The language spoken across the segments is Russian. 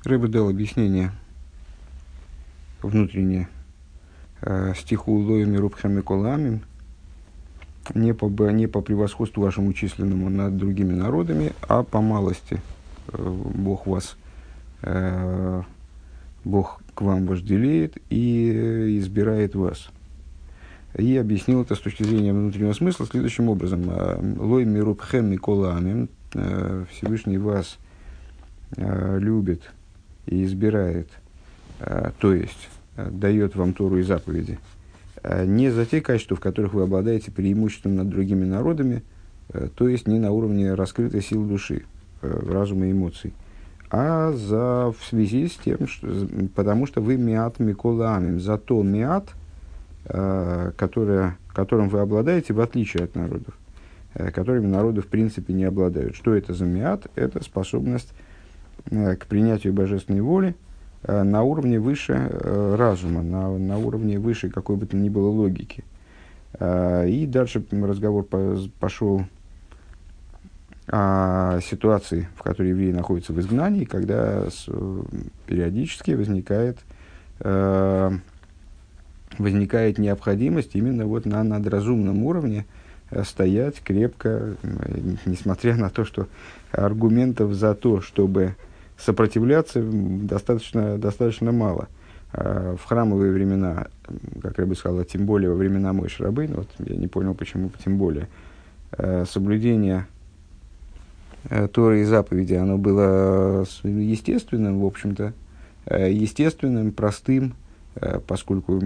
Рэбе дал объяснение внутреннее стиху «Лоими рубхами колами» не по превосходству вашему численному над другими народами, а по малости Бог к вам вожделеет и избирает вас. И объяснил это с точки зрения внутреннего смысла следующим образом. «Лоими рубхами колами» Всевышний вас любит и избирает, то есть дает вам Тору и заповеди, не за те качества, в которых вы обладаете преимуществом над другими народами, то есть не на уровне раскрытой силы души, разума и эмоций, а в связи с тем, потому что вы миат микола амим, за то миат, которым вы обладаете, в отличие от народов, которыми народы в принципе не обладают. Что это за миат? Это способность к принятию божественной воли на уровне выше разума, на уровне выше какой бы то ни было логики. И дальше разговор пошел о ситуации, в которой евреи находятся в изгнании, когда периодически возникает необходимость именно вот на надразумном уровне стоять крепко, несмотря на то, что аргументов за то, чтобы сопротивляться, достаточно мало. В храмовые времена, как я бы сказал, тем более во времена Моше Рабейну, вот я не понял, почему тем более, соблюдение Торы и заповеди, оно было естественным, в общем-то, естественным, простым, поскольку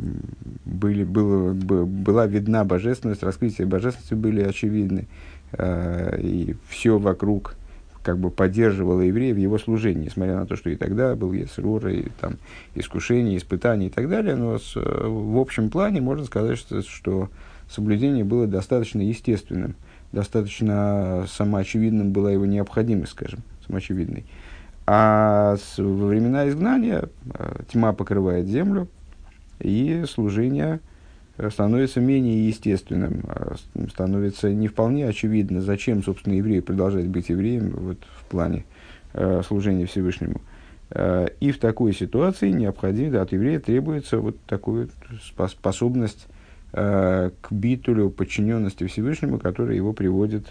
была видна божественность, раскрытие божественности были очевидны, и все вокруг как бы поддерживало еврея в его служении, несмотря на то, что и тогда был Йецер ора, и там искушения, испытания и так далее, но в общем плане можно сказать, что соблюдение было достаточно естественным, достаточно самоочевидным была его необходимость, скажем, самоочевидной. А во времена изгнания тьма покрывает землю, и служение становится менее естественным, становится не вполне очевидно, зачем, собственно, еврею продолжать быть евреем вот, в плане служения Всевышнему. И в такой ситуации необходимо, от еврея требуется вот такая способность к битулю, подчиненности Всевышнему, которая его приводит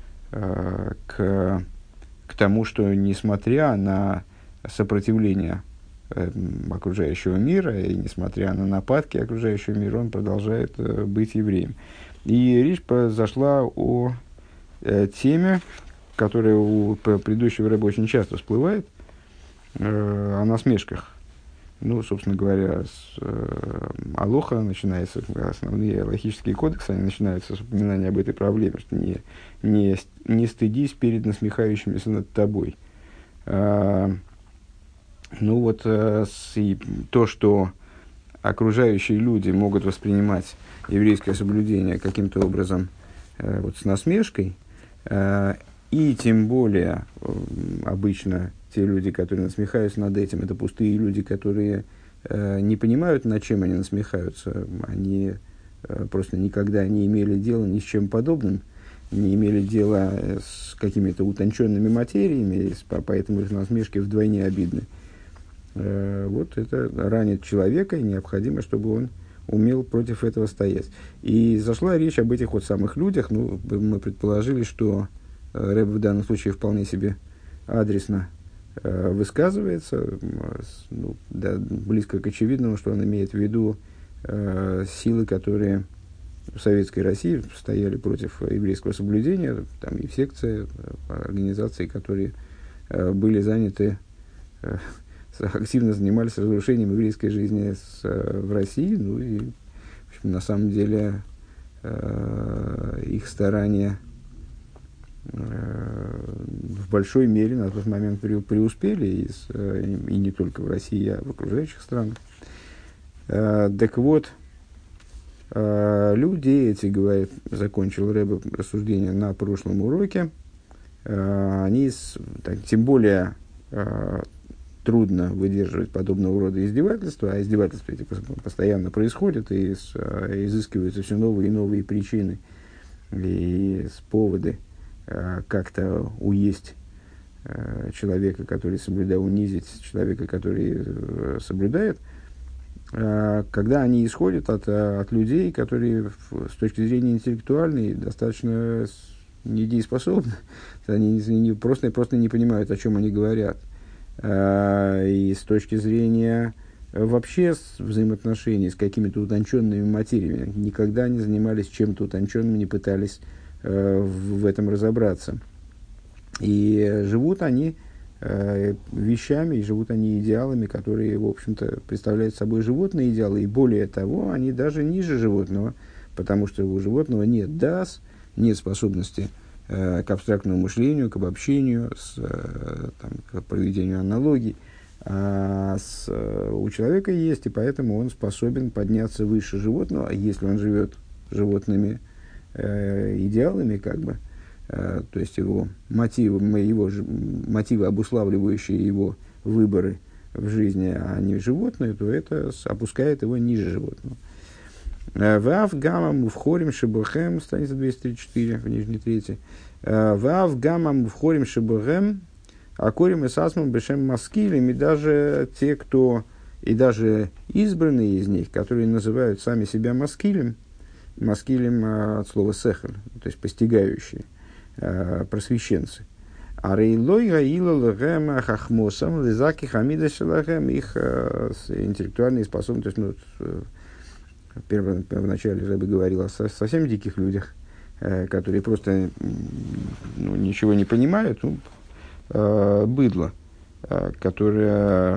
к тому, что, несмотря на сопротивление окружающего мира и несмотря на нападки окружающего мира, он продолжает быть евреем. И речь зашла о теме, которая у предыдущего рэба очень часто всплывает, о насмешках. Ну, собственно говоря, алоха начинается, основные алохические кодексы, они начинаются с упоминания об этой проблеме, что не стыдись перед насмехающимися над тобой. Ну вот, то, что окружающие люди могут воспринимать еврейское соблюдение каким-то образом вот, с насмешкой, и тем более обычно те люди, которые насмехаются над этим, это пустые люди, которые не понимают, над чем они насмехаются, они просто никогда не имели дела ни с чем подобным, не имели дела с какими-то утонченными материями, поэтому их насмешки вдвойне обидны. Вот это ранит человека, и необходимо, чтобы он умел против этого стоять. И зашла речь об этих вот самых людях. Ну, мы предположили, что рэб в данном случае вполне себе адресно высказывается, ну, да, близко к очевидному, что он имеет в виду силы, которые в Советской России стояли против еврейского соблюдения, там и секции, организации, которые были заняты, активно занимались разрушением еврейской жизни в России. Ну и, в общем, на самом деле, их старания в большой мере на тот момент преуспели, и не только в России, а в окружающих странах. Так вот, люди эти, говорит, закончил рэбе рассуждение на прошлом уроке, они, тем более, трудно выдерживать подобного рода издевательства, а издевательства эти постоянно происходят, и изыскиваются все новые и новые причины и поводы как-то уесть человека, который соблюдает, унизить человека, который соблюдает, когда они исходят от людей, которые с точки зрения интеллектуальной достаточно недееспособны. Они просто не понимают, о чем они говорят. И с точки зрения вообще взаимоотношений с какими-то утонченными материями, никогда не занимались чем-то утонченным, не пытались в этом разобраться. И живут они вещами, и живут они идеалами, которые, в общем-то, представляют собой животные идеалы. И более того, они даже ниже животного, потому что у животного нет дас, нет способности к абстрактному мышлению, к обобщению, к проведению аналогий. У человека есть, и поэтому он способен подняться выше животного, если он живет животными идеалами, как бы, то есть его мотивы, обуславливающие его выборы в жизни, а не животные, то это опускает его ниже животного. Вав гамма мувхорим шебухем, страница 234, в нижней трети. Вав гамма мувхорим шебухем, акорим и сасмом бешем маскилем, и даже те, кто, и даже избранные из них, которые называют сами себя маскилем, маскилем от слова сехель, то есть постигающие, просвещенцы. А рейлой гаила лэгэм хахмосам лизаки хамида шелагэм, их интеллектуальные способности, то есть, вначале Рэбе говорил о совсем диких людях, которые просто ничего не понимают, быдло, которое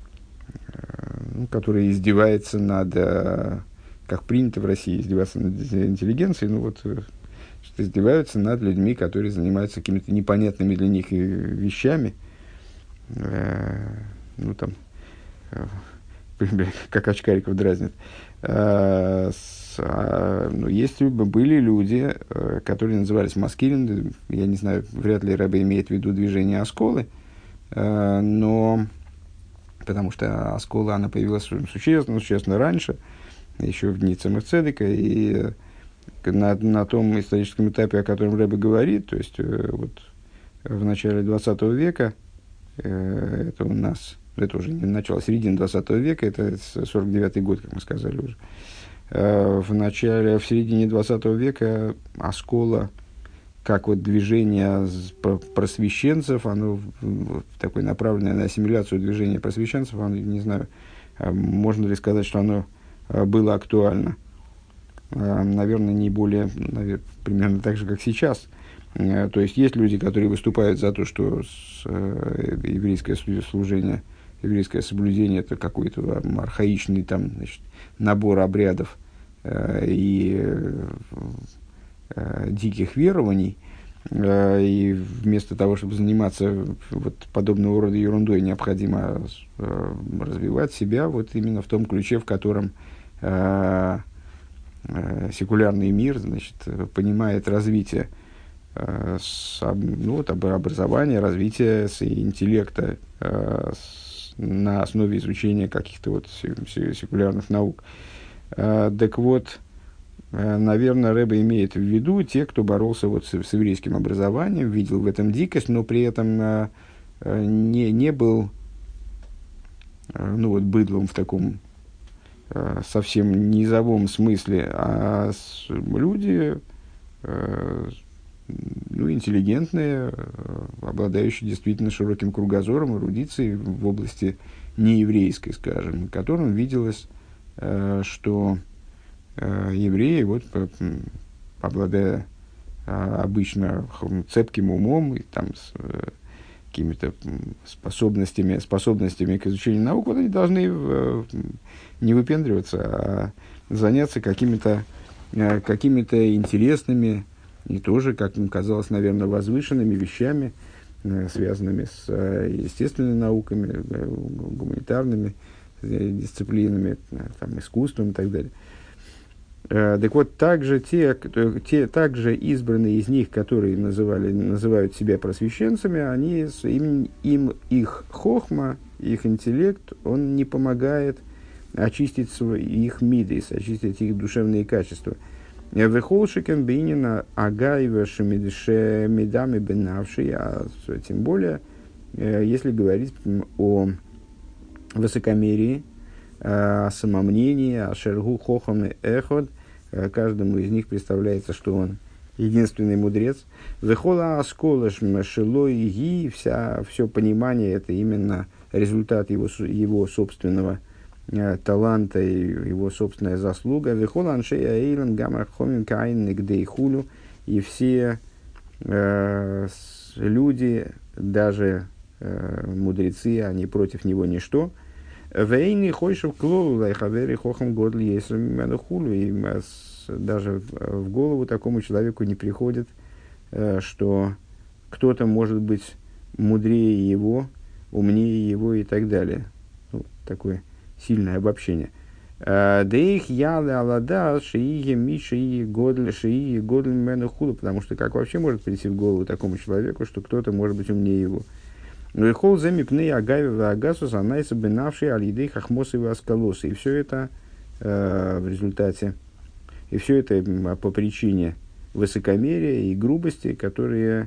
издевается над, как принято в России, издеваться над интеллигенцией, что издеваются над людьми, которые занимаются какими-то непонятными для них вещами, как очкариков дразнят. Были люди, которые назывались маскилин, я не знаю, вряд ли Рэбе имеет в виду движение Асколы, но потому что Аскола, она появилась существенно раньше, еще в дни Цемах Цедека, и на том историческом этапе, о котором Рэбе говорит, то есть в начале 20 века, это у нас, это уже не начало, середина 20 века, это 49-й год, как мы сказали уже. В середине 20 века Аскола, как движение просвещенцев, оно такое направленное на ассимиляцию движения просвещенцев, оно, не знаю, можно ли сказать, что оно было актуально. Наверное, не более, примерно так же, как сейчас. То есть, есть люди, которые выступают за то, что еврейское служение, еврейское соблюдение – это какой-то архаичный набор обрядов и диких верований. И вместо того, чтобы заниматься подобного рода ерундой, необходимо развивать себя именно в том ключе, в котором секулярный мир, понимает развитие образования, развитие интеллекта на основе изучения каких-то секулярных наук. Так вот, наверное, Рэбе имеет в виду те, кто боролся с еврейским образованием, видел в этом дикость, но при этом не был быдлом в таком совсем низовом смысле, а люди интеллигентные, обладающие действительно широким кругозором, эрудицией в области нееврейской, скажем, которым виделось, что евреи, обладая обычно цепким умом и с какими-то способностями к изучению наук, они должны не выпендриваться, а заняться какими-то интересными и тоже, как им казалось, наверное, возвышенными вещами, связанными с естественными науками, гуманитарными дисциплинами, искусством и так далее. Так вот, также также избранные из них, которые называют себя просвещенцами, их хохма, их интеллект, он не помогает очистить их мидис, очистить их душевные качества. Вехолшикем бейнина агаева шемидами бенавший, а тем более если говорить о высокомерии, о самомнении, о шергу хохам и эход, каждому из них представляется, что он единственный мудрец. Вехола асколаш шилой ги, все понимание это именно результат его собственного таланта и его собственная заслуга. Вехола аншей аэйлен гамар хомим каин нигдей хулю, и все люди, даже мудрецы, они против него ничто. Вейни хойшев клолу лайхавери хохам годли есрам хулю, и даже в голову такому человеку не приходит, что кто-то может быть мудрее его, умнее его и так далее. Ну, такое сильное обобщение. Дейх ялы алада шииги миши годль шииги годль мену худу, потому что как вообще может прийти в голову такому человеку, что кто-то может быть умнее его. Вехол замипны агави агасус анайса бенавший алидей хахмосы и аскалосы. И все это в результате, и все это по причине высокомерия и грубости, которые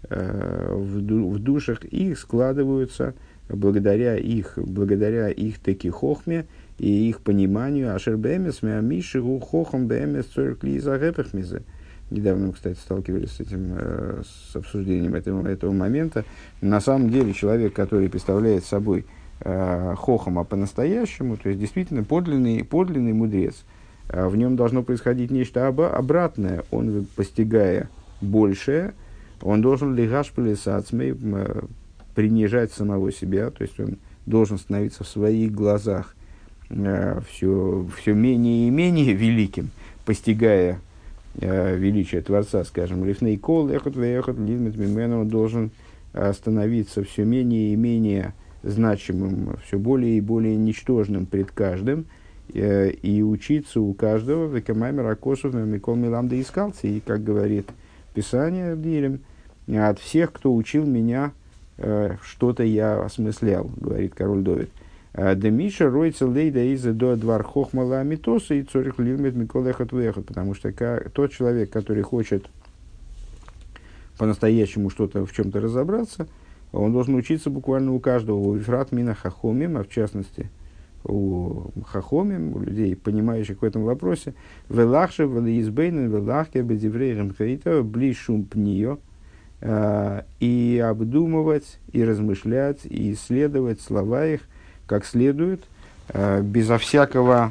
в душах их складываются благодаря их таки хохме и их пониманию. Ашер бэмес миамиши у хохам бэмес цоркли загепахмизе. Недавно мы, кстати, сталкивались с этим, с обсуждением этого момента. На самом деле человек, который представляет собой хохама по-настоящему, то есть действительно подлинный мудрец, в нем должно происходить нечто обратное. Он, постигая большее, он должен лигашпалисацмей, принижать самого себя, то есть он должен становиться в своих глазах все менее и менее великим, постигая величие Творца, скажем, лифней кол, эхот веехот, лидмит мимену, он должен становиться все менее и менее значимым, все более и более ничтожным пред каждым, и учиться у каждого, векамаймер акосов, микол миламда искалцы, и, как говорит Писание в Дилем, от всех, кто учил меня, что-то я осмыслял, говорит король Довид. Демиша роется лейда из до двор хохмала амитоса и цорих лилмет микол эхот вехот, потому что тот человек, который хочет по-настоящему что-то в чем-то разобраться, он должен учиться буквально у каждого, у Ифрат Мина Хахомим, а в частности у Хахомим, у людей, понимающих в этом вопросе, велахше велиизбейнен велахке бедиврейрем хейта блишум пнио, и обдумывать, и размышлять, и исследовать слова их как следует, безо всякой,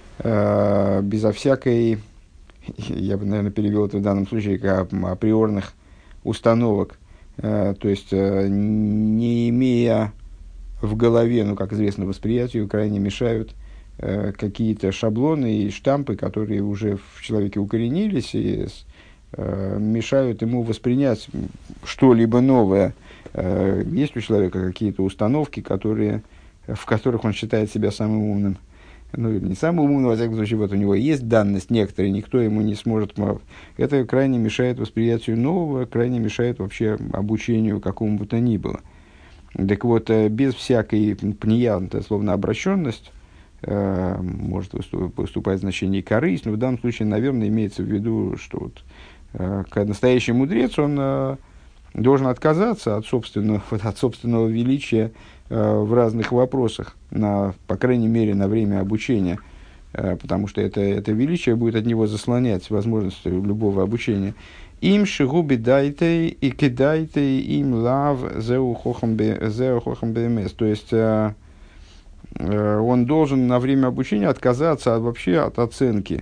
я бы, наверное, перевел это в данном случае, как априорных установок, то есть не имея в голове, ну, как известно, восприятию крайне мешают какие-то шаблоны и штампы, которые уже в человеке укоренились и мешают ему воспринять что-либо новое. Есть у человека какие-то установки, в которых он считает себя самым умным. Ну, или не самым умным, во всяком случае, вот у него есть данность некоторая, никто ему не сможет... Это крайне мешает восприятию нового, крайне мешает вообще обучению какому бы то ни было. Так вот, без всякой пния, словно обращенность, может выступать в значении корысть, но в данном случае, наверное, имеется в виду, что вот, настоящий мудрец, он должен отказаться от собственного величия в разных вопросах, по крайней мере, на время обучения, потому что это величие будет от него заслонять возможность любого обучения. Им шигуби дайте и кидайте им лав зеу хохам бмс. То есть он должен на время обучения отказаться вообще от оценки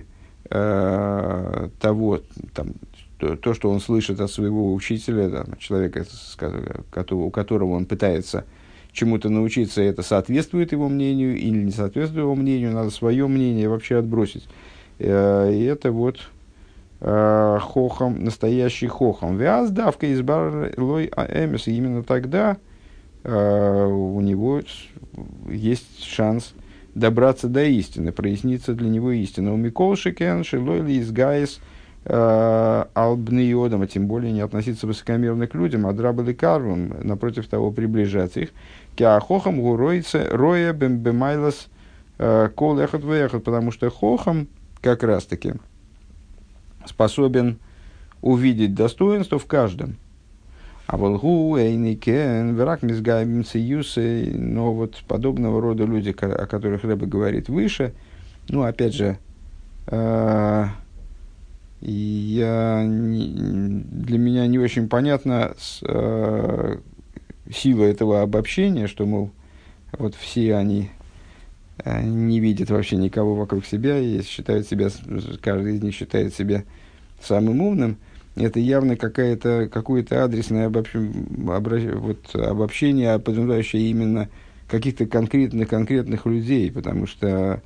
того, то, что он слышит от своего учителя, человека, у которого он пытается чему-то научиться, это соответствует его мнению или не соответствует его мнению, надо свое мнение вообще отбросить. И это вот хохам, настоящий хохам. Вяз давка из лой эмес, и именно тогда у него есть шанс добраться до истины, проясниться для него истина. У Микол Шикен, Шилойли из Гайс, Албниодом, а тем более не относиться высокомерно к людям, а драбали карвам, напротив того, приближаться их. Киахохам гуроице роя бембемайлас кол эхот вехот, потому что хохам как раз-таки способен увидеть достоинство в каждом. А волгу, эйникен, враг мизгайбимцы юсы, но вот подобного рода люди, о которых Рэбе говорит выше, ну, опять же, для меня не очень понятна сила этого обобщения, что, мол, вот все они не видят вообще никого вокруг себя и считают себя, каждый из них считает себя самым умным. Это явно какое-то адресное обобщение, подразумевающее именно каких-то конкретных людей, потому что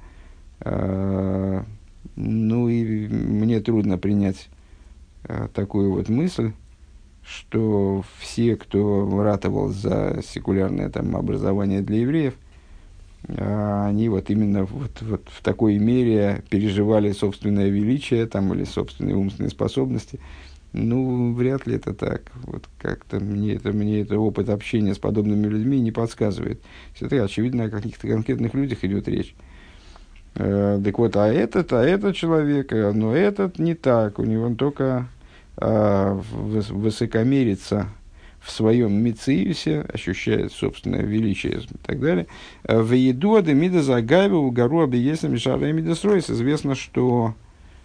ну и мне трудно принять такую вот мысль, что все, кто ратовал за секулярное там образование для евреев, они вот именно вот в такой мере переживали собственное величие там, или собственные умственные способности. Ну, вряд ли это так. Вот как-то мне это опыт общения с подобными людьми не подсказывает. Все-таки, очевидно, о каких-то конкретных людях идет речь. Так вот, а этот человек, но этот не так. У него он только высокомерится в своем мециусе, ощущает собственное величие и так далее. В еду адемида загайва у гору объесным шара мидасройс. Известно, что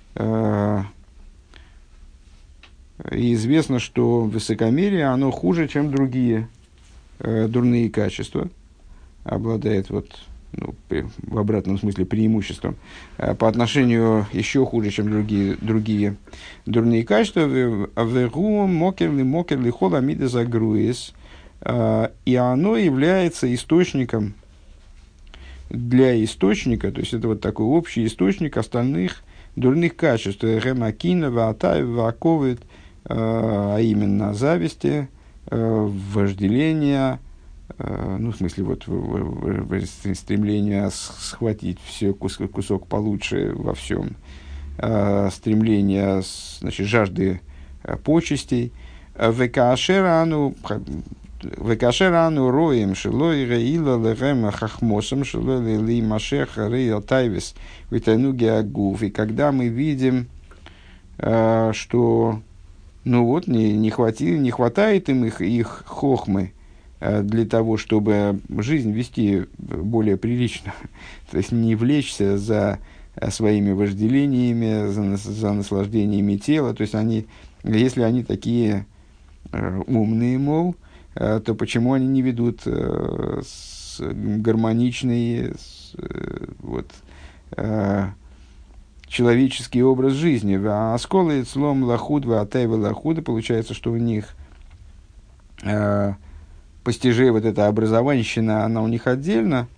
высокомерие, оно хуже, чем другие дурные качества. Обладает вот, ну, в обратном смысле преимуществом по отношению еще хуже, чем другие дурные качества. И оно является источником для источника, то есть это вот такой общий источник остальных дурных качеств. А именно зависти, вожделения, ну, в смысле, вот, стремление схватить все кусок получше во всем, стремление, значит, жажды почестей. Векашерану роем шилой реила лерема хахмосом шилой ли машеха рейл тайвис витайнуги агув. И когда мы видим, что, ну вот, не хватает им их хохмы для того, чтобы жизнь вести более прилично, то есть не влечься за своими вожделениями, за наслаждениями тела. То есть если они такие умные, мол, то почему они не ведут гармоничный человеческий образ жизни? А сколы слом лахуд, атайва лахуда, получается, что у них постижение, вот это образованщина, она у них отдельно,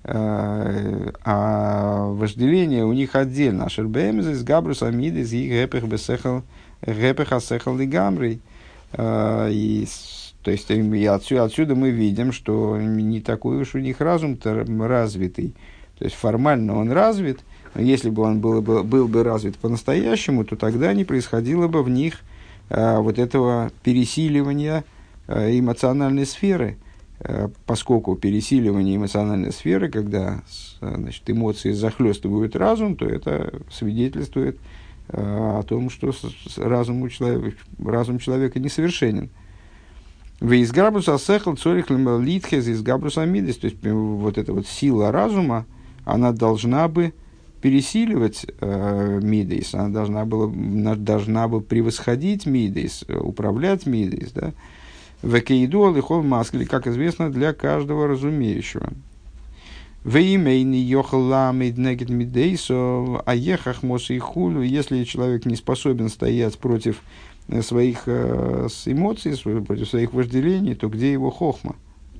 а вожделение у них отдельно. Ашербемзис габрус амидис и гепех бесехал гепех асехал и гамрей. То есть отсюда мы видим, что не такой уж у них разум-то развитый. То есть формально он развит, но если бы он был бы развит по-настоящему, то тогда не происходило бы в них вот этого пересиливания эмоциональной сферы, поскольку пересиливание эмоциональной сферы, когда, значит, эмоции захлестывают разум, то это свидетельствует о том, что разум человека несовершенен. Из габруса сехл цорих литхез из габруса мидис, то есть вот эта вот сила разума, она должна бы пересиливать мидис, она должна бы превосходить мидис, управлять мидис, да. Векеиду алихол маскли, как известно, для каждого разумеющего. Веймейни йохаламид негет мидейсо, аехах мос и хулю, если человек не способен стоять против своих эмоций, против своих вожделений, то где его хохма?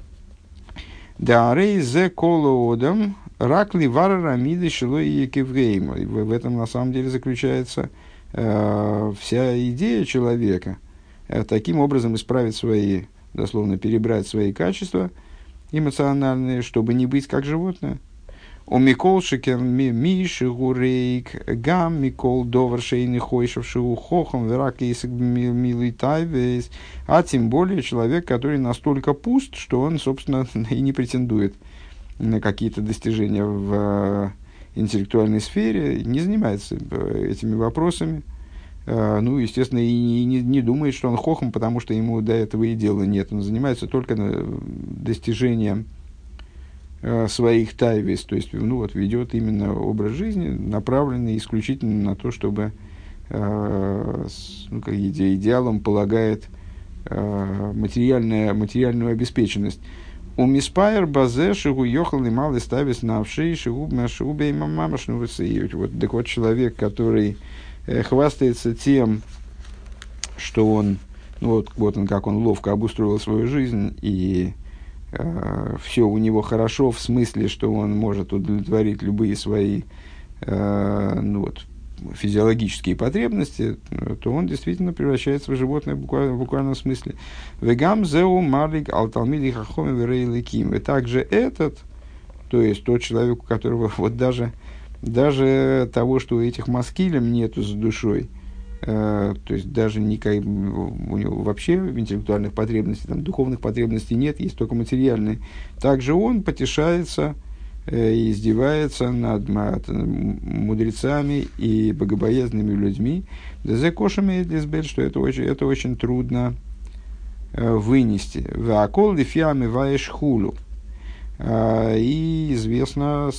Да рей зе колоодам ракли вара рамиды шило и екевгейм. В этом на самом деле заключается вся идея человека. Таким образом исправить свои, дословно перебрать свои качества эмоциональные, чтобы не быть как животное. У Микол Шекен Миши Гурейк Гам Микол Доваршейный Хойшевши Хохом Верак Исак Милый Тайвес. А тем более человек, который настолько пуст, что он, собственно, и не претендует на какие-то достижения в интеллектуальной сфере, не занимается этими вопросами. ну, естественно, и не думает, что он хохом, потому что ему до этого и дела нет. Он занимается только достижением своих тайвис, то есть, ну, вот, ведет именно образ жизни, направленный исключительно на то, чтобы, ну, как идеалом полагает материальную обеспеченность. У миспайр базе шигу ехал и малый ставис на вшей шигу машубе и мамашну высыють. Вот, так вот, человек, который хвастается тем, что он, ну, вот он, как он ловко обустроил свою жизнь, и все у него хорошо, в смысле, что он может удовлетворить любые свои ну, вот, физиологические потребности, то он действительно превращается в животное в буквальном смысле. Вегам зеу марлик алталмиди хахоми верейликим. И также этот, то есть тот человек, у которого вот даже того, что у этих маскилем нету за душой, то есть даже у него вообще интеллектуальных потребностей, там, духовных потребностей нет, есть только материальные. Также он потешается и издевается над мудрецами и богобоязненными людьми. За кошами что это очень трудно вынести. Вакол лифиами ваеш хулу. И известно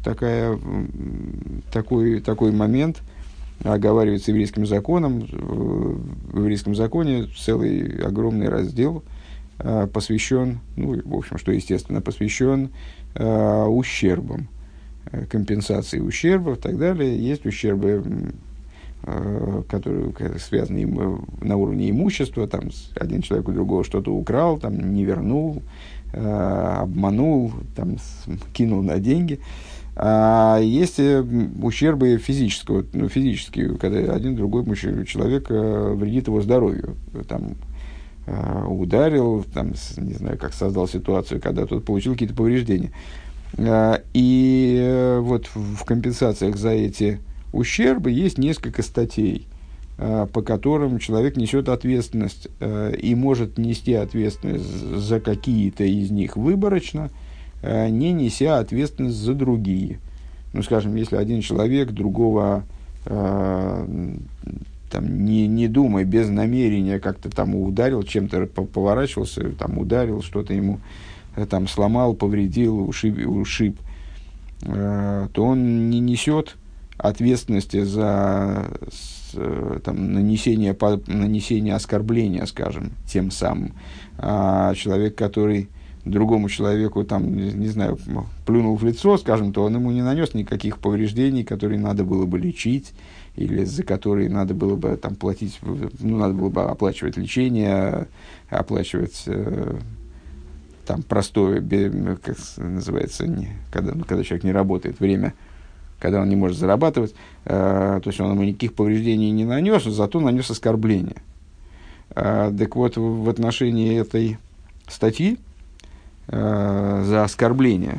такой момент, оговаривается еврейским законом. В еврейском законе целый огромный раздел посвящен, ну, в общем, что естественно, посвящен ущербам, компенсации ущербов и так далее. Есть ущербы, которые связаны на уровне имущества, там, один человек у другого что-то украл, там, не вернул, обманул, там, кинул на деньги. А есть ущербы физические, когда один другой человек вредит его здоровью, там, ударил, там, не знаю, как создал ситуацию, когда тот получил какие-то повреждения. И вот в компенсациях за эти ущербы есть несколько статей, по которым человек несет ответственность и может нести ответственность за какие-то из них выборочно, не неся ответственность за другие. Ну, скажем, если один человек другого, там, не думая, без намерения, как-то там ударил, чем-то поворачивался, там, ударил, что-то ему там, сломал, повредил, ушиб, то он не несет ответственности за там, нанесение оскорбления, скажем, тем самым. А человек, который другому человеку, там, не знаю, плюнул в лицо, скажем, то он ему не нанес никаких повреждений, которые надо было бы лечить, или за которые надо было бы там, платить, ну, надо было бы оплачивать лечение, оплачивать там, простое, как называется, когда человек не работает, время, когда он не может зарабатывать, то есть он ему никаких повреждений не нанес, зато нанес оскорбление. Так вот, в отношении этой статьи за оскорбление,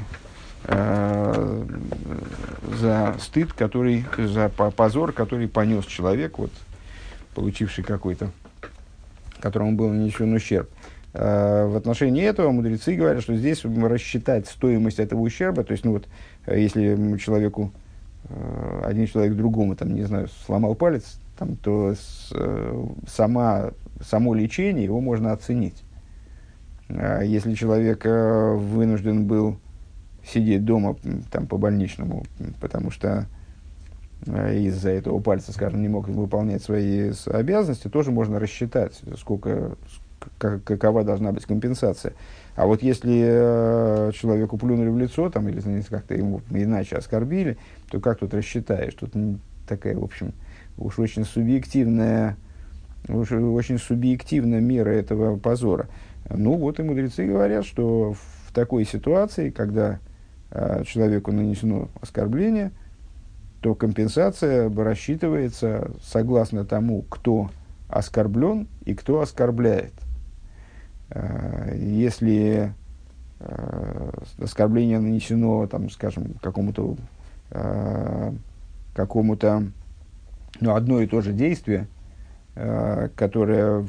за стыд, за позор, который понес человек, вот, получивший которому был нанесен ущерб. В отношении этого мудрецы говорят, что здесь рассчитать стоимость этого ущерба, то есть, ну вот, если один человек другому, там, не знаю, сломал палец, там, то само лечение его можно оценить. Если человек вынужден был сидеть дома там, по больничному, потому что из-за этого пальца, скажем, не мог выполнять свои обязанности, тоже можно рассчитать, какова должна быть компенсация. А вот если человеку плюнули в лицо там, или как-то ему иначе оскорбили, то как тут рассчитаешь? Тут такая, в общем, уж очень субъективная мера этого позора. Ну вот и мудрецы говорят, что в такой ситуации, когда человеку нанесено оскорбление, то компенсация рассчитывается согласно тому, кто оскорблен и кто оскорбляет. Если оскорбление нанесено, там, скажем, какому-то ну, одно и то же действие, которое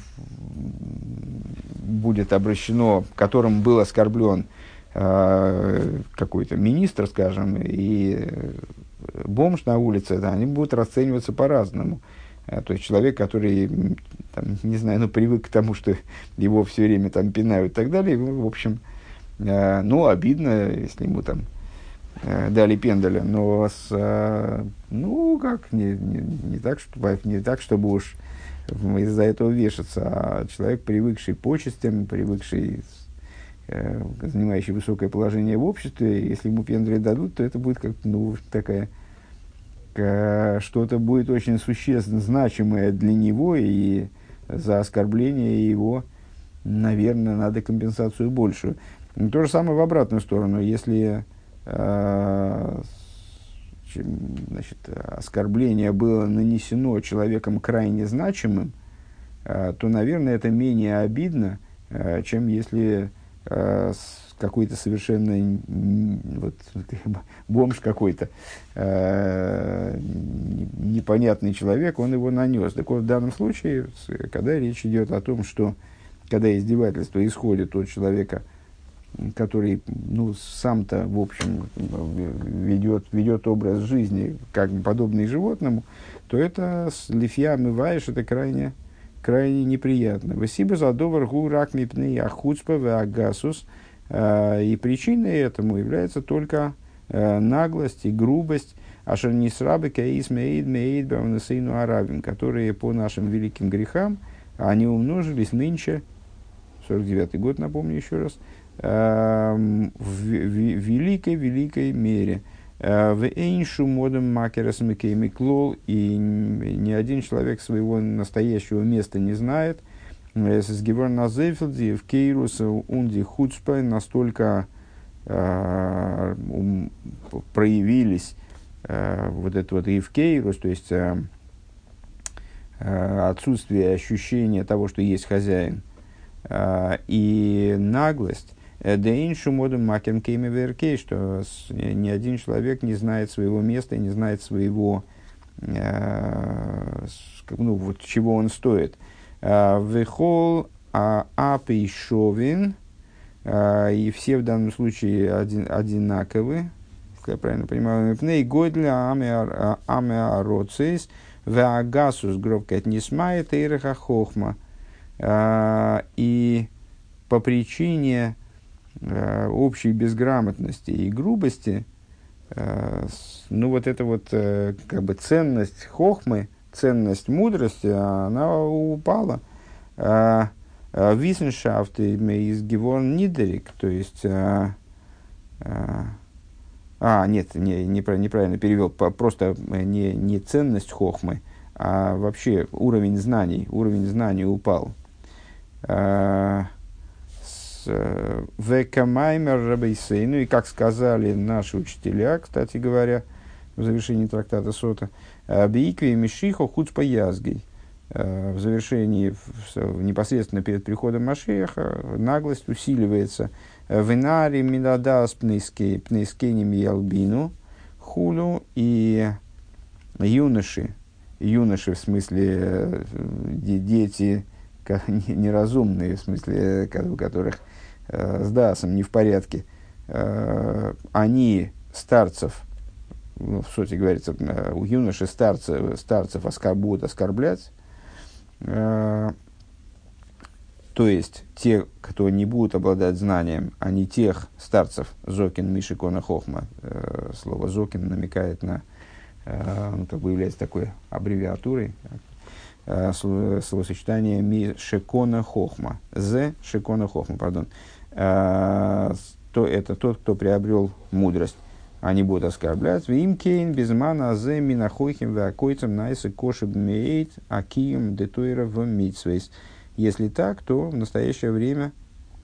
будет обращено, которым был оскорблен какой-то министр, скажем, и бомж на улице, да, они будут расцениваться по-разному. То есть человек, который, там, не знаю, ну, привык к тому, что его все время там пинают и так далее, в общем, ну, обидно, если ему там дали пендаля, но ну, как, не так, чтобы уж из-за этого вешаться, а человек, привыкший к почестям, привыкший, занимающий высокое положение в обществе, если ему пендаля дадут, то это будет как, ну, такая, что-то будет очень существенно значимое для него, и за оскорбление его, наверное, надо компенсацию большую. Но то же самое в обратную сторону. Если значит, оскорбление было нанесено человеком крайне значимым, то, наверное, это менее обидно, чем если какой-то совершенно вот, бомж какой-то, непонятный человек, он его нанес. Так вот, в данном случае, когда речь идет о том, что когда издевательство исходит от человека, который, ну, сам-то, в общем, ведет образ жизни, как бы подобный животному, то это с лифья омываешь, это крайне неприятно. Васиба задовар гу рак мипней ахуцпа веагасус. И причиной этому является только наглость и грубость, ашер нисрабы каис меид меид бавнесейну арабин, которые по нашим великим грехам, они умножились нынче, 49-й год, напомню еще раз, в великой мере. В эйншу модом макерас микеймиклол, и ни один человек своего настоящего места не знает. С Геворн Назефилди в Кейрус унди Хуцпа настолько проявились вот это вот и в Кейрус, то есть отсутствие ощущения того, что есть хозяин, и наглость. Дейншу модом макем кейме веркей, что ни один человек не знает своего места, не знает своего, ну, вот, чего он стоит. Вехол апейшовин, и все в данном случае одинаковы, если я правильно понимаю, мипней гойдля амеароцейс веагасус гробкает несмает эйреха хохма, и по причине общей безграмотности и грубости, ну, вот эта вот как бы ценность хохмы, ценность мудрости, она упала. Висеншафт из Геворн Нидерик, то есть... нет, неправильно перевел, просто не ценность хохмы, а вообще уровень знаний упал. Векамаймер рабейсей, ну и как сказали наши учителя, кстати говоря, в завершении трактата Сота, бейкви мишихо хуцпа язгей, в завершении, непосредственно перед приходом Машеха, наглость усиливается. Венари мидадас пнейскенем ялбину хулю, и юноши в смысле дети неразумные, в смысле, у которых с дасом не в порядке, они старцев, в Соте говорится, у юноши старцев будут оскорблять, то есть те, кто не будут обладать знанием, они тех старцев, Зокин, Мишикона, Хохма, слово Зокин намекает на, как бы является такой аббревиатурой, словосочетание Мишикона Хохма, Шикона Хохма, пардон, то это тот, кто приобрел мудрость. Они будут оскорблять. Вим кейн безмана зе минахойхим веакойцам найсы кошеб мейт акием детойра в митсвейс. Если так, то в настоящее время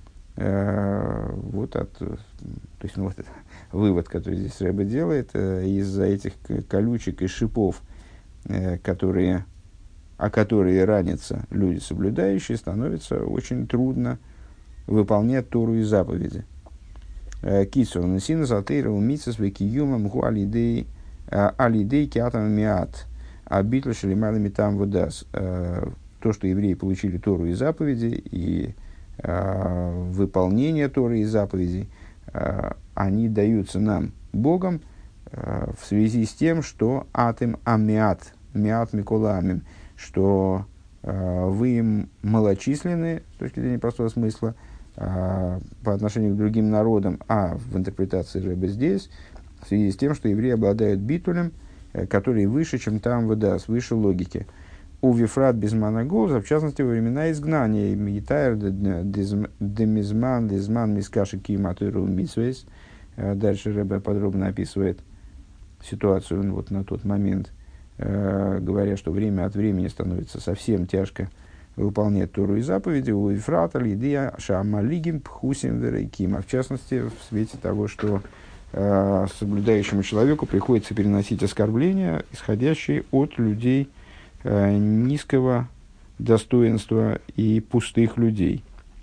то есть, вот это вывод, который здесь Рэбе делает, из-за этих колючек и шипов, о которые ранятся люди соблюдающие, становится очень трудно выполнять Тору и заповеди. Кису насина затейра умитсас векиюма мгу алидей киатам миат абитла шелималами там водас. То, что евреи получили Тору и заповеди, и выполнение Торы и заповедей, они даются нам Богом в связи с тем, что атем амиат, миат миколамим, что вы малочисленны с точки зрения простого смысла по отношению к другим народам, а в интерпретации Ребе здесь, в связи с тем, что евреи обладают битулем, который выше, чем там выдаст, выше логики. У Вифрат без манагоза, в частности, во времена изгнания, Митайр демизман, дезман мискаши киматыру митсвейс. Дальше Ребе подробно описывает ситуацию вот на тот момент, говоря, что время от времени становится совсем тяжко выполнять Тору и заповеди, у Ифрата, Лидия, Шамалигим, Пхусим, Верейким. А в частности, в свете того, что соблюдающему человеку приходится переносить оскорбления, исходящие от людей низкого достоинства и пустых людей.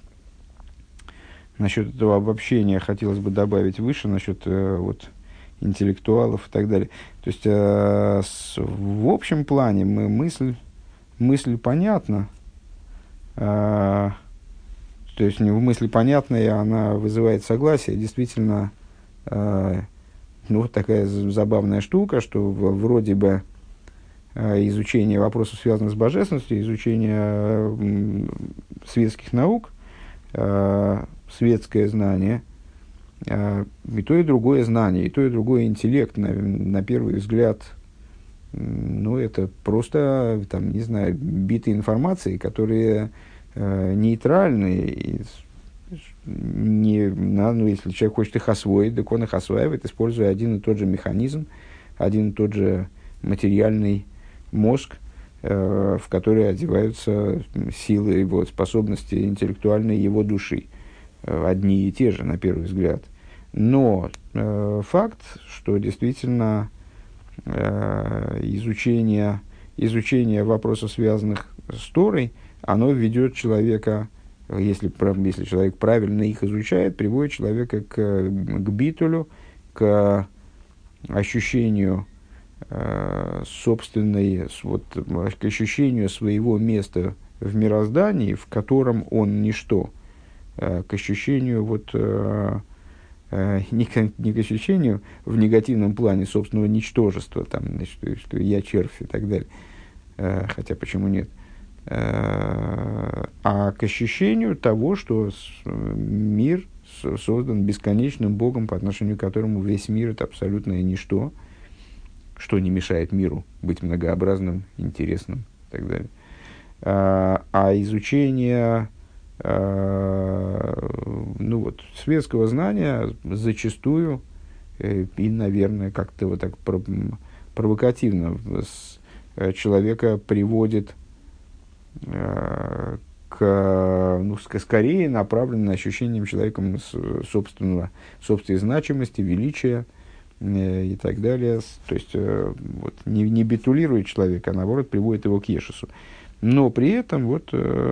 Насчет этого обобщения хотелось бы добавить выше, насчет вот, интеллектуалов и так далее. То есть, в общем плане мысль понятна. То есть, в мысли понятная, она вызывает согласие. Действительно, вот такая забавная штука, что вроде бы изучение вопросов, связанных с божественностью, изучение светских наук, светское знание, и то, и другое знание, и то, и другое интеллект, на первый взгляд, ну, это просто, там, не знаю, биты информации, которые нейтральны. Ну, если человек хочет их освоить, так он их осваивает, используя один и тот же механизм, один и тот же материальный мозг, в который одеваются силы его способности интеллектуальной его души. Одни и те же, на первый взгляд. Но факт, что действительно изучение вопросов, связанных с Торой, оно ведет человека, если человек правильно их изучает, приводит человека к битулю, к ощущению собственной, вот, к ощущению своего места в мироздании, в котором он ничто, к ощущению, вот, не к ощущению в негативном плане собственного ничтожества, там, значит, что я червь и так далее, хотя почему нет, а к ощущению того, что мир создан бесконечным Богом, по отношению к которому весь мир – это абсолютное ничто, что не мешает миру быть многообразным, интересным и так далее. А изучение ну вот, светского знания зачастую и, наверное, как-то вот так провокативно человека приводит скорее направлено на ощущением человеком собственной значимости, величия и так далее. То есть, вот, не битулирует человека, а наоборот приводит его к ешесу. Но при этом вот,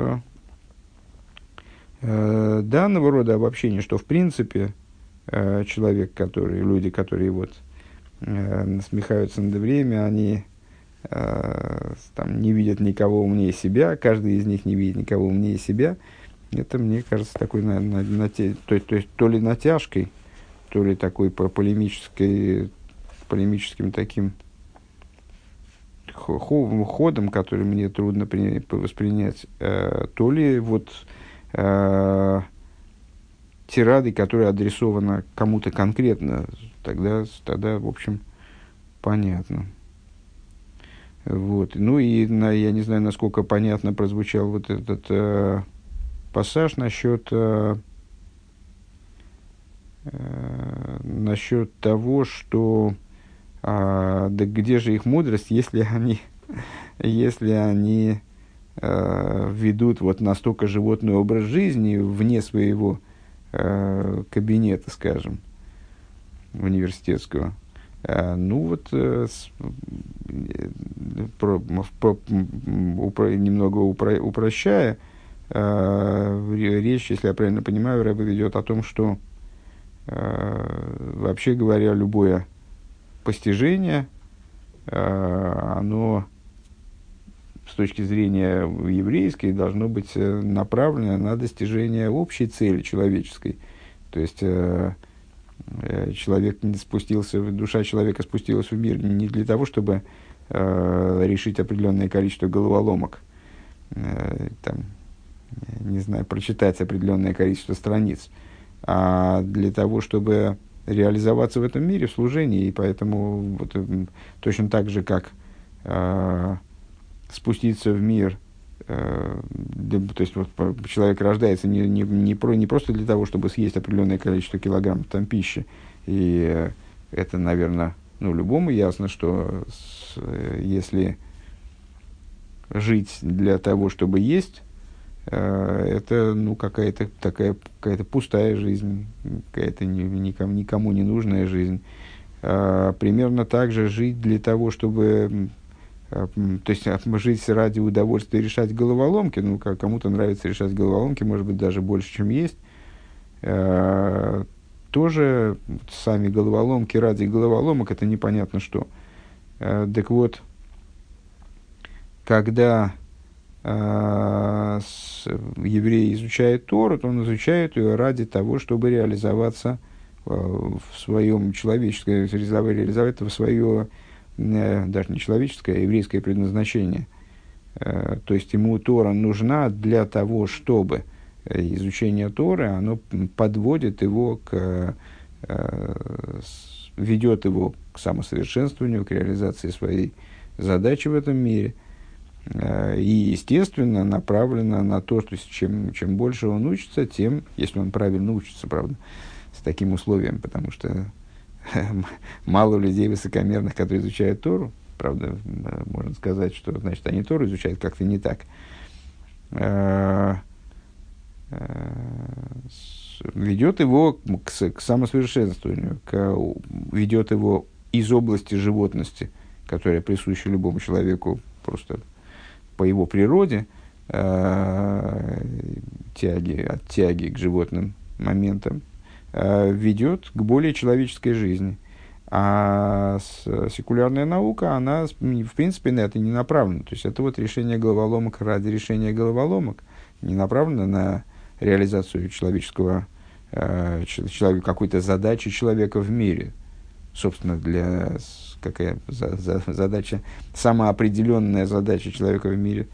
данного рода обобщение, что в принципе человек, люди, которые вот, насмехаются над время, они там, не видят никого умнее себя, каждый из них не видит никого умнее себя, это, мне кажется, такой, то ли натяжкой, то ли такой полемическим таким ходом, который мне трудно воспринять, то ли вот тирадой, которая адресована кому-то конкретно, тогда, в общем, понятно. Вот. Ну и я не знаю, насколько понятно прозвучал вот этот пассаж насчет того, что да где же их мудрость, если они ведут вот настолько животный образ жизни вне своего кабинета, скажем, университетского. Ну вот, немного упрощая, речь, если я правильно понимаю, Рэбе ведет о том, что, вообще говоря, любое постижение, оно с точки зрения еврейской должно быть направлено на достижение общей цели человеческой. То есть, душа человека спустилась в мир не для того, чтобы решить определенное количество головоломок, там, не знаю, прочитать определенное количество страниц, а для того, чтобы реализоваться в этом мире, в служении. И поэтому вот, точно так же, как спуститься в мир, то есть вот, человек рождается не просто для того, чтобы съесть определенное количество килограммов там, пищи. И это, наверное, любому ясно, что если жить для того, чтобы есть, это какая-то пустая жизнь, какая-то никому не нужная жизнь. Примерно так же жить для того, чтобы... То есть жить ради удовольствия решать головоломки, кому-то нравится решать головоломки, может быть, даже больше, чем есть. Тоже сами головоломки ради головоломок, это непонятно что. Так вот, когда еврей изучает Тору, то он изучает ее ради того, чтобы реализоваться в своем человеческом, реализовать это в свое, даже не человеческое, а еврейское предназначение. То есть ему Тора нужна для того, чтобы изучение Торы, оно подводит его ведет его к самосовершенствованию, к реализации своей задачи в этом мире. И, естественно, направлено на то, что чем больше он учится, тем, если он правильно учится, правда, с таким условием, потому что мало людей высокомерных, которые изучают Тору, правда, можно сказать, что, значит, они Тору изучают как-то не так, ведет его к самосовершенствованию, ведет его из области животности, которая присуща любому человеку просто по его природе, от тяги к животным моментам, ведет к более человеческой жизни. А секулярная наука, она, в принципе, на это не направлена. То есть, это вот решение головоломок ради решения головоломок, не направлено на реализацию человеческого, какой-то задачи человека в мире. Собственно, какая задача, самоопределенная задача человека в мире.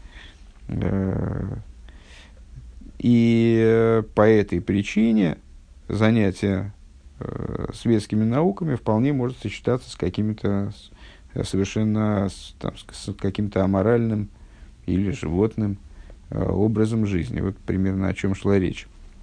И по этой причине занятие светскими науками вполне может сочетаться с каким-то совершенно с каким-то аморальным или животным образом жизни. Вот примерно о чем шла речь.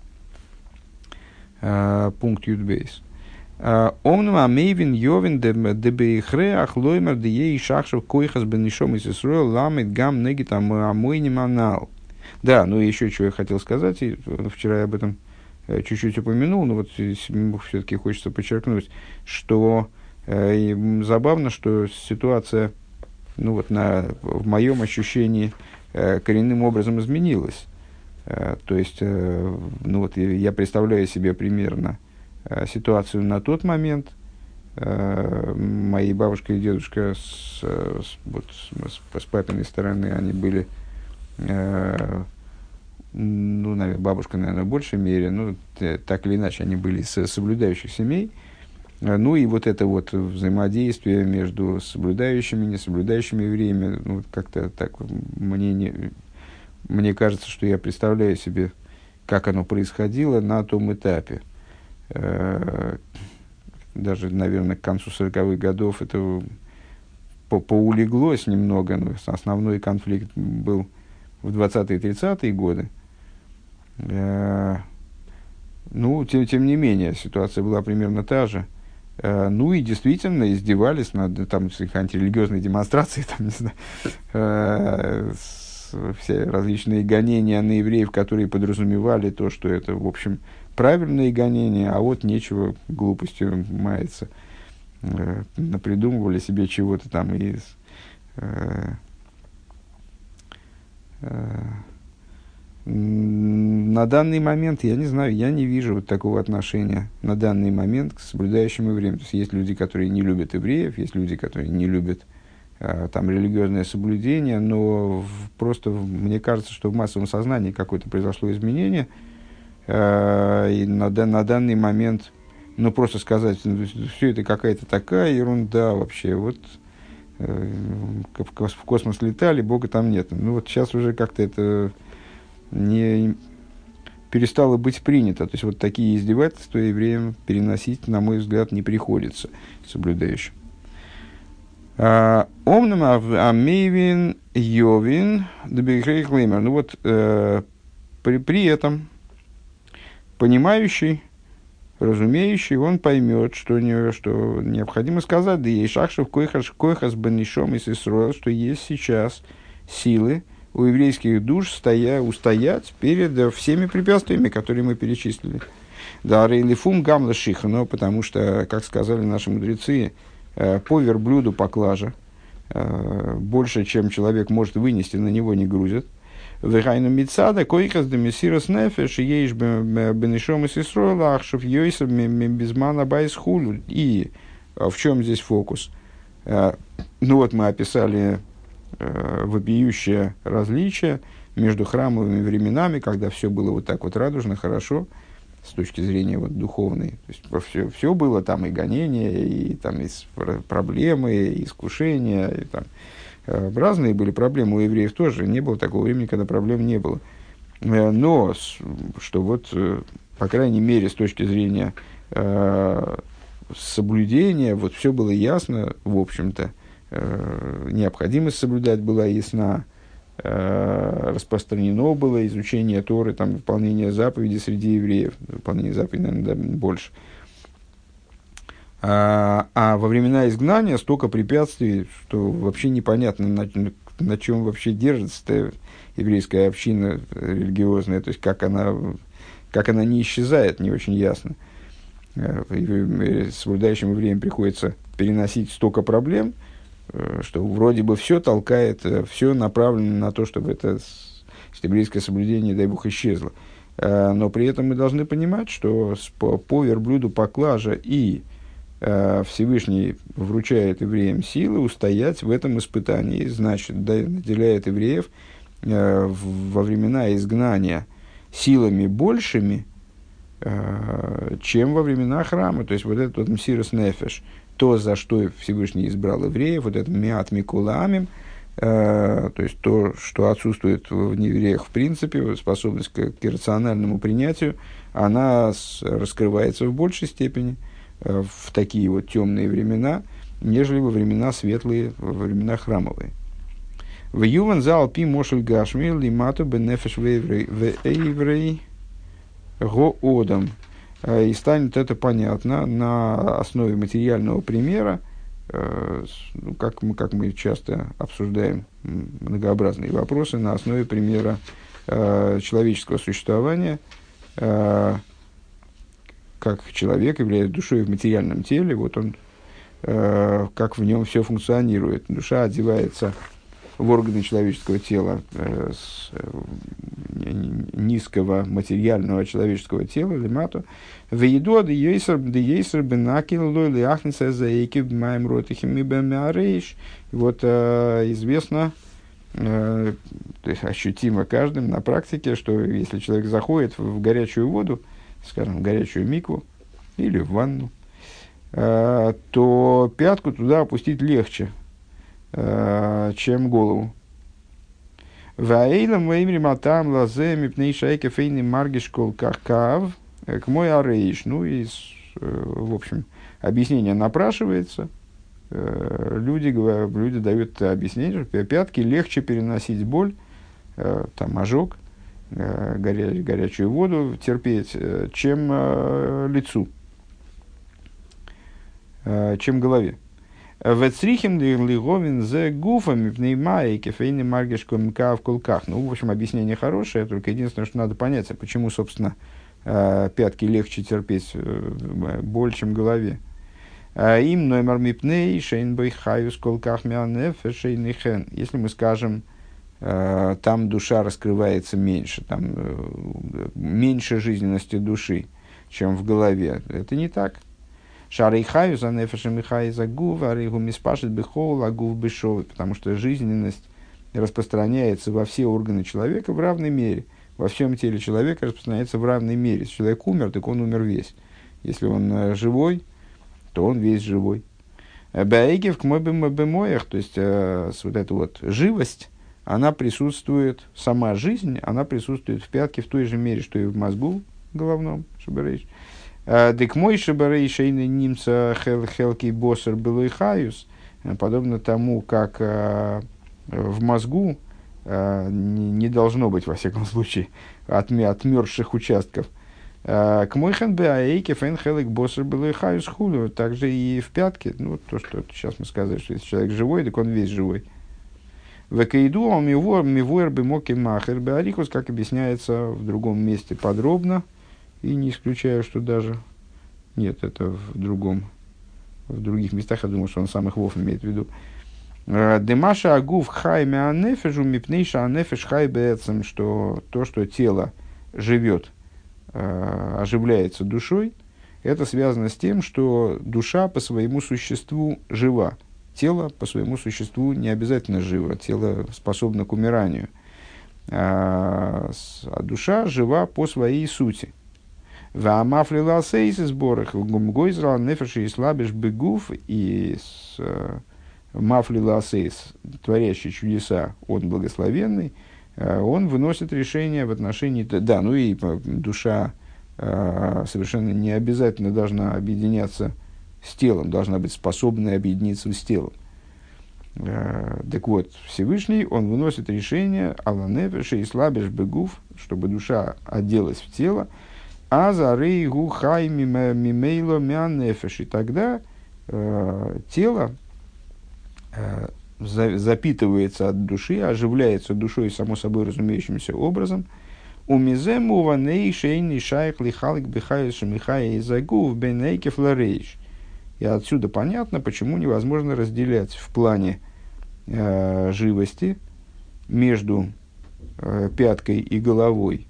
Пункт Ютбейс. Омнам амейвин йовин дебейхре ахлоймер деей шахшев койхас бенишом из Исруэл ламит гам негит амойни манал. Да, ну и еще чего я хотел сказать, и вчера я об этом чуть-чуть упомянул, но вот все-таки хочется подчеркнуть, что забавно, что ситуация, в моем ощущении, коренным образом изменилась. То есть, я представляю себе примерно ситуацию на тот момент. Мои бабушка и дедушка с папиной стороны, они были, наверное, бабушка, наверное, в большей мере, так или иначе, они были из соблюдающих семей. Ну и вот это вот взаимодействие между соблюдающими и несоблюдающими евреями, как-то так мне кажется, что я представляю себе, как оно происходило на том этапе. Даже, наверное, к концу 40-х годов это поулеглось немного, но основной конфликт был в 20-е и 30-е годы. Тем не менее, ситуация была примерно та же. И действительно издевались над антирелигиозной демонстрацией, не знаю, все различные гонения на евреев, которые подразумевали то, что это, в общем, правильные гонения, а вот нечего глупостью маяться. Напридумывали себе чего-то там из... На данный момент, я не знаю, я не вижу вот такого отношения на данный момент к соблюдающим евреям. То есть, есть люди, которые не любят евреев, есть люди, которые не любят религиозное соблюдение, но просто мне кажется, что в массовом сознании какое-то произошло изменение, и на данный момент, просто сказать, все это какая-то такая ерунда вообще, вот в космос летали, Бога там нет. Ну вот сейчас уже как-то это не перестало быть принято. То есть вот такие издевательства евреям переносить, на мой взгляд, не приходится соблюдающим. Омнам амейвин йовин дебейхрей клеймер. Ну вот при этом понимающий, разумеющий, он поймет, что необходимо сказать, да ей шахшев койхас бенишом из Исроэл, что есть сейчас силы у еврейских душ устоять перед всеми препятствиями, которые мы перечислили. Да, рейлифум гамла шихано, потому что, как сказали наши мудрецы, по верблюду поклажа, больше, чем человек может вынести, на него не грузят. Вегайну мицада койхас демисирос нефеш ейш бенишом из Исроэла ахшев йойсов безмана байсхулу. И в чем здесь фокус? Ну вот мы описали вопиющее различие между храмовыми временами, когда все было вот так вот радужно, хорошо, с точки зрения вот духовной. То есть все было там и гонения, и там и проблемы, и искушения, и там разные были проблемы у евреев тоже. Не было такого времени, когда проблем не было. Но что вот, по крайней мере, с точки зрения соблюдения, вот все было ясно, в общем-то, необходимость соблюдать была ясна, распространено было изучение Торы, там, выполнение заповедей среди евреев, выполнение заповедей, наверное, больше. А во времена изгнания столько препятствий, что вообще непонятно, на чем вообще держится еврейская община религиозная, то есть как она не исчезает, не очень ясно. Соблюдающим евреям приходится переносить столько проблем, что вроде бы все толкает, все направлено на то, чтобы это еврейское соблюдение, дай бог, исчезло. Но при этом мы должны понимать, что по верблюду поклажа и Всевышний вручает евреям силы устоять в этом испытании, значит, наделяет евреев во времена изгнания силами большими, чем во времена храма. То есть вот этот вот мсирос нефеш, то, за что Всевышний избрал евреев, вот это миат микула амим, то есть то, что отсутствует в неевреях в принципе, способность к иррациональному принятию, она раскрывается в большей степени в такие вот темные времена, нежели во времена светлые, во времена храмовые. В Юван зал пи мошель гашми лимату бенефеш вейврей го одам. И станет это понятно на основе материального примера, как мы часто обсуждаем многообразные вопросы, на основе примера человеческого существования, как человек является душой в материальном теле, вот он, как в нем все функционирует. Душа одевается в органы человеческого тела с низкого материального человеческого тела, лимату, в еду де ейсер бенакил лойли ахница заеки бмаем ротихими бемярейш. Вот известно, то есть ощутимо каждым на практике, что если человек заходит в горячую воду, скажем, в горячую микву или в ванну, то пятку туда опустить легче, чем голову. Ваэйлам ваимрим атам лазе мипней шайке фейни маргиш кол каркав к мой арейш. Ну и, в общем, объяснение напрашивается. Люди дают объяснение, что пятки легче переносить боль, там ожог, горячую воду терпеть, чем лицу, чем голове. Вецрихим лиговин зе гуфами пнеймай кефейни маргишком в кулках. Ну, в общем, объяснение хорошее, только единственное, что надо понять, почему, собственно, пятки легче терпеть боль, чем голове. Им номер мипней шейнбой хаюс кулках мянеф шейнихен. Если мы скажем, там душа раскрывается меньше, там меньше жизненности души, чем в голове, это не так. Шарейхаю за нефешем и хай за гув, а рейгу миспашет бихол, а гув бешовый, потому что жизненность распространяется во все органы человека в равной мере. Во всем теле человека распространяется в равной мере. Если человек умер, так он умер весь. Если он живой, то он весь живой. Баэгев к мобимоях, то есть вот эта вот живость, она присутствует, сама жизнь, она присутствует в пятке в той же мере, что и в мозгу головном, шабарейш. Дек мой шабарейш эйны немца хелки боссер белой хаюс, подобно тому, как в мозгу не должно быть, во всяком случае, отмерзших участков. К мой хэнбэ аэйке фэн хелик боссер белой хаюс хулю, также и в пятке, ну, то, что сейчас мы сказали, что если человек живой, так он весь живой. Векаиду мивуэр бимоки махер беарикус, как объясняется в другом месте подробно, и не исключаю, что даже... Нет, это в других местах, я думаю, что он самых вов имеет в виду. Демаша агув хай меанефежу мипнейша анефеж хай бэцем, что то, что тело живет, оживляется душой, это связано с тем, что душа по своему существу жива. Тело по своему существу не обязательно живо, тело способно к умиранию. А душа жива по своей сути. Ваамафли ласейс из сборах гумгойзрал нефеши и слабиш бегув и мафли ласейс, творящий чудеса, он благословенный, он выносит решение в отношении... Да, ну и душа совершенно не обязательно должна объединяться с телом, должна быть способной объединиться с телом. Так вот, Всевышний, он выносит решение аланефеши и слабиш бегув, чтобы душа оделась в тело, а за рейгу хай мимейло мянефеш. И тогда тело запитывается от души, оживляется душой само собой разумеющимся образом. У мизему ваней шейни шайх лихалик бихайш михая и загув бенейкев ларейш. И отсюда понятно, почему невозможно разделять в плане живости между пяткой и головой.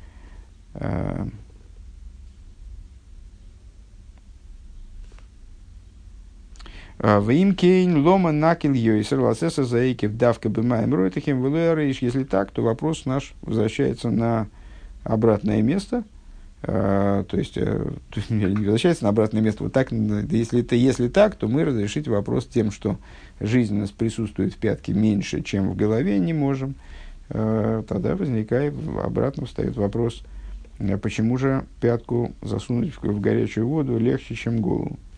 Вимкейн лома накил йойсер ласеса заикев давка бымаем ройтахем влэрейш. Если так, то вопрос наш возвращается на обратное место. То есть не возвращается на обратное место. Вот так, если так, то мы разрешить вопрос тем, что жизнь у нас присутствует в пятке меньше, чем в голове, не можем. Тогда возникает, обратно встает вопрос, почему же пятку засунуть в горячую воду легче, чем голову.